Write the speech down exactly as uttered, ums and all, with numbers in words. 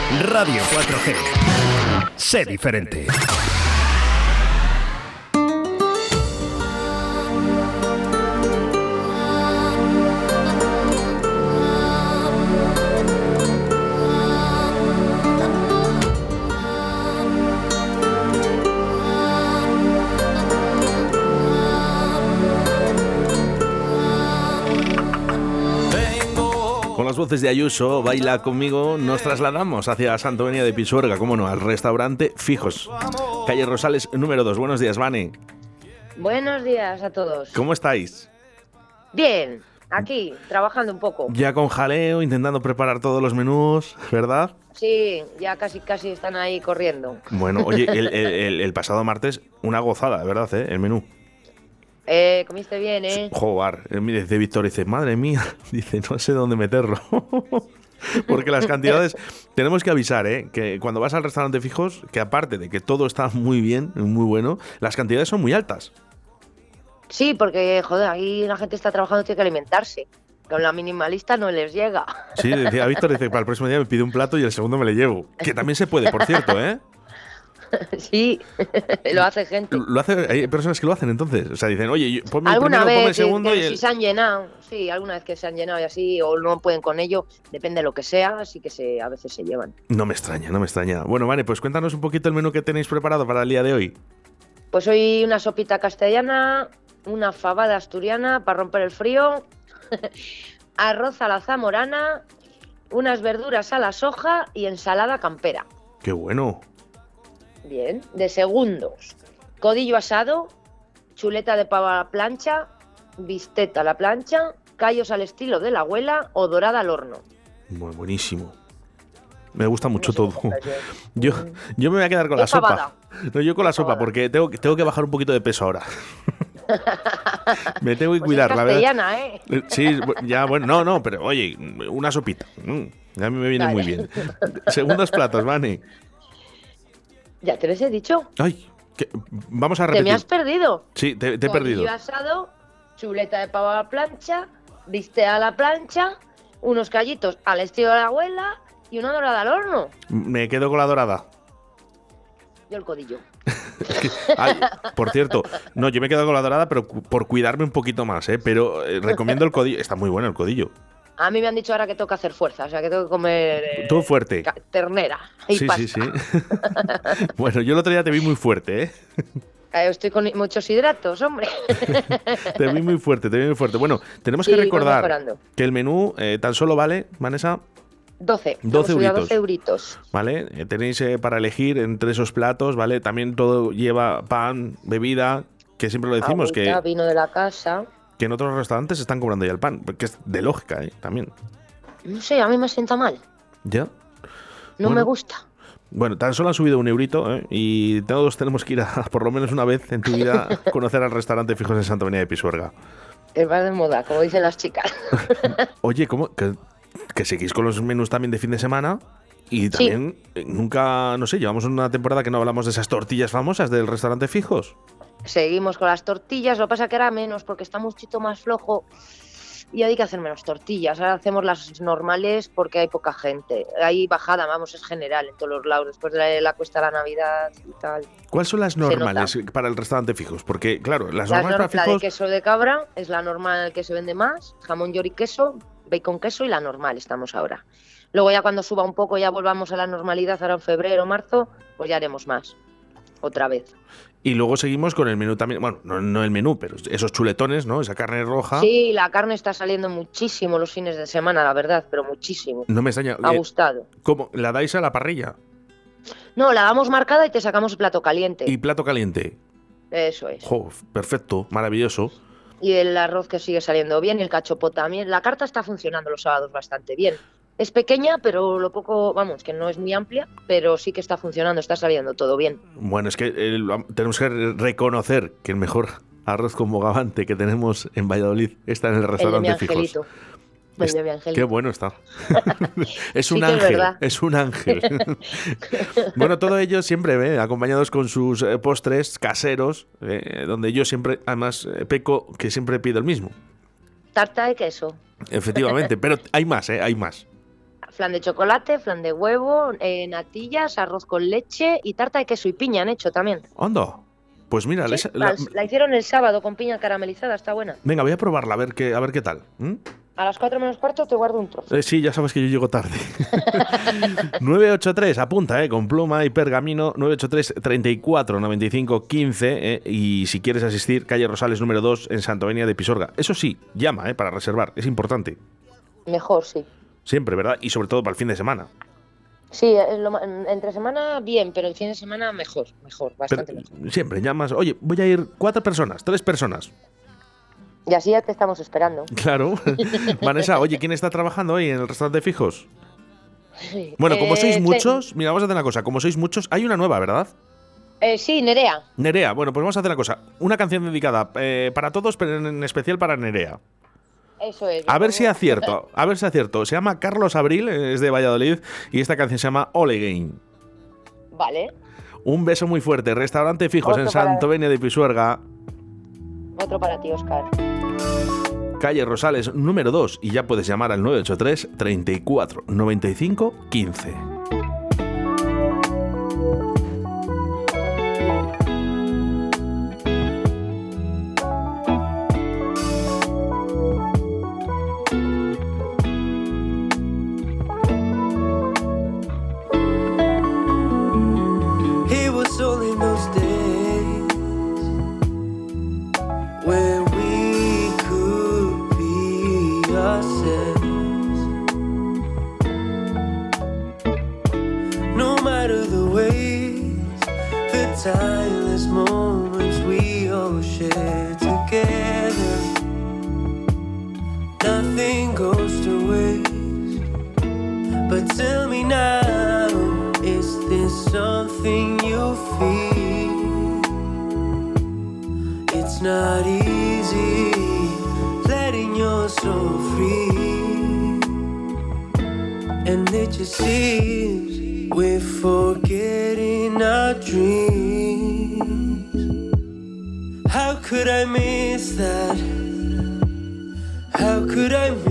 Radio cuatro G. Sé diferente. Con las voces de Ayuso, Baila Conmigo, nos trasladamos hacia Santovenia de Pisuerga, cómo no, al restaurante Fijos, calle Rosales número dos. Buenos días, Vane. Buenos días a todos. ¿Cómo estáis? Bien, aquí, trabajando un poco. Ya con jaleo, intentando preparar todos los menús, ¿verdad? Sí, ya casi casi están ahí corriendo. Bueno, oye, el, el, el pasado martes, una gozada, ¿verdad? ¿Eh? El menú. Eh, comiste bien, ¿eh? Joder, dice Víctor, dice, madre mía, dice, no sé dónde meterlo. Porque las cantidades, tenemos que avisar, ¿eh? Que cuando vas al restaurante Fijos, que aparte de que todo está muy bien, muy bueno, las cantidades son muy altas. Sí, porque, joder, ahí la gente está trabajando, tiene que alimentarse. Con la minimalista no les llega. Sí, decía Víctor, dice, para el próximo día me pide un plato y el segundo me le llevo. Que también se puede, por cierto, ¿eh? Sí, lo hace gente. Lo hace, hay personas que lo hacen entonces. O sea, dicen, oye, ponme el alguna primero, vez ponme el segundo. que, Y que el... si se han llenado, sí, alguna vez que se han llenado y así, o no pueden con ello, depende de lo que sea, así que se, a veces se llevan. No me extraña, no me extraña. Bueno, vale, pues cuéntanos un poquito el menú que tenéis preparado para el día de hoy. Pues hoy una sopita castellana, una fabada asturiana para romper el frío, arroz a la zamorana, unas verduras a la soja y ensalada campera. ¡Qué bueno! Bien, de segundos. Codillo asado, chuleta de pavo a la plancha, bistec a la plancha, callos al estilo de la abuela o dorada al horno. Muy buenísimo. Me gusta mucho No sé, todo. Yo, yo me voy a quedar con la sopa. No, yo con la sopa, porque tengo, tengo que bajar un poquito de peso ahora. Me tengo que pues cuidar, es la verdad. ¿eh? Sí, ya, bueno, no, no, pero oye, una sopita. Mm, a mí me viene vale. muy bien. Segundos platos, Vane. Ya te los he dicho. Ay, que, vamos a repetir. Te me has perdido. Sí, te, te he perdido. Codillo asado, chuleta de pavo a la plancha, bistec a la plancha, unos callitos al estilo de la abuela y una dorada al horno. Me quedo con la dorada. Yo el codillo. Ay, por cierto, no, yo me he quedado con la dorada, pero cu- por cuidarme un poquito más, ¿eh? Pero eh, recomiendo el codillo. Está muy bueno el codillo. A mí me han dicho ahora que tengo que hacer fuerza, o sea que tengo que comer eh, Todo fuerte. ca- ternera y Sí, pasta. sí, sí. Bueno, yo el otro día te vi muy fuerte, ¿eh? Eh, Estoy con muchos hidratos, hombre. Te vi muy fuerte, te vi muy fuerte. Bueno, tenemos Sí, que voy recordar mejorando. que el menú eh, tan solo vale, Vanessa, doce. doce Hemos subido a euritos. doce euritos. ¿vale? Eh, tenéis eh, para elegir entre esos platos, ¿vale? También todo lleva pan, bebida, que siempre lo decimos, Agüita, que, vino de la casa. que en otros restaurantes se están cobrando ya el pan, que es de lógica, ¿eh? También. No sé, a mí me sienta mal. ¿Ya? No Bueno. me gusta. Bueno, tan solo han subido un eurito, ¿eh? Y todos tenemos que ir a, por lo menos una vez en tu vida, a conocer al restaurante Fijos en Santovenia de Pisuerga. Es más de moda, como dicen las chicas. Oye, ¿cómo? Que, que seguís con los menús también de fin de semana y también eh, nunca, no sé, llevamos una temporada que no hablamos de esas tortillas famosas del restaurante Fijos. Seguimos con las tortillas, lo que pasa que era menos porque está muchito más flojo y hay que hacer menos tortillas. Ahora hacemos las normales porque hay poca gente. Hay bajada, vamos, es general en todos los lados, después de la, la cuesta de la Navidad y tal. ¿Cuáles son las Se normales para el restaurante Fijos? Porque, claro, las La, normales nor- para la de Fijos... queso de cabra es la normal que se vende más, jamón york y queso, bacon queso y la normal estamos ahora. Luego ya cuando suba un poco ya volvamos a la normalidad, ahora en febrero o marzo, pues ya haremos más, otra vez. Y luego seguimos con el menú también, bueno, no, no el menú, pero esos chuletones, ¿no? Esa carne roja. Sí, la carne está saliendo muchísimo los fines de semana, la verdad, pero muchísimo. No me extraña. Ha eh, gustado. ¿Cómo? ¿La dais a la parrilla? No, la damos marcada y te sacamos el plato caliente. Y plato caliente. Eso es. Jo, perfecto, maravilloso. Y el arroz que sigue saliendo bien, y el cachopo también. La carta está funcionando los sábados bastante bien. Es pequeña, pero lo poco, vamos, que no es muy amplia, pero sí que está funcionando, está saliendo todo bien. Bueno, es que eh, lo- tenemos que reconocer que el mejor arroz con bogavante que tenemos en Valladolid está en el El de mi restaurante Fijos. angelito. El Es- de mi angelito. Qué bueno está. Es un Sí que es ángel, verdad. es un ángel. Bueno, todo ello siempre ¿eh? acompañados con sus eh, postres caseros, eh, donde yo siempre, además, eh, peco que siempre pido el mismo. Tarta de queso. Efectivamente, pero hay más, ¿eh? Hay más. flan de chocolate, flan de huevo, eh, natillas, arroz con leche y tarta de queso y piña han hecho también. Anda. Pues mira, Sí, les- la, la- la hicieron el sábado con piña caramelizada, está buena. venga, voy a probarla a ver qué, a ver qué tal. ¿Mm? A las cuatro menos cuarto te guardo un trozo. Eh, sí, ya sabes que yo llego tarde. nueve ocho tres, apunta, eh, con pluma y pergamino, nueve ocho tres, treinta y cuatro, noventa y cinco, quince, eh, y si quieres asistir, calle Rosales número dos en Santovenia de Pisuerga. Eso sí, llama, eh, para reservar, es importante. Mejor, sí. Siempre, ¿verdad? Y sobre todo para el fin de semana. Sí, es lo ma- entre semana bien, pero el fin de semana mejor, mejor, Pero bastante mejor. siempre llamas, oye, voy a ir cuatro personas, tres personas. Y así ya te estamos esperando. Claro. Vanessa, oye, ¿quién está trabajando hoy en el restaurante Fijos? Bueno, como Eh, sois te- muchos, mira, vamos a hacer una cosa. Como sois muchos, hay una nueva, ¿verdad? Eh, sí, Nerea. Nerea, bueno, pues vamos a hacer una cosa. Una canción dedicada eh, para todos, pero en especial para Nerea. Eso es. A yo ver pongo- si acierto, a ver si acierto. Se llama Carlos Abril, es de Valladolid, y esta canción se llama All Again. Vale, Un beso muy fuerte. Restaurante Fijos Otro en para- Santovenia de Pisuerga, otro para ti, Óscar. calle Rosales número dos, y ya puedes llamar al nueve ocho tres, treinta y cuatro, noventa y cinco, quince. It was all in those days where we could be ourselves. No matter the ways, the timeless moments we all share together. Nothing goes to waste. But tell me now, is this something you feel? It's not easy letting your soul free, and it just seems we're forgetting our dreams. How could I miss that? How could I miss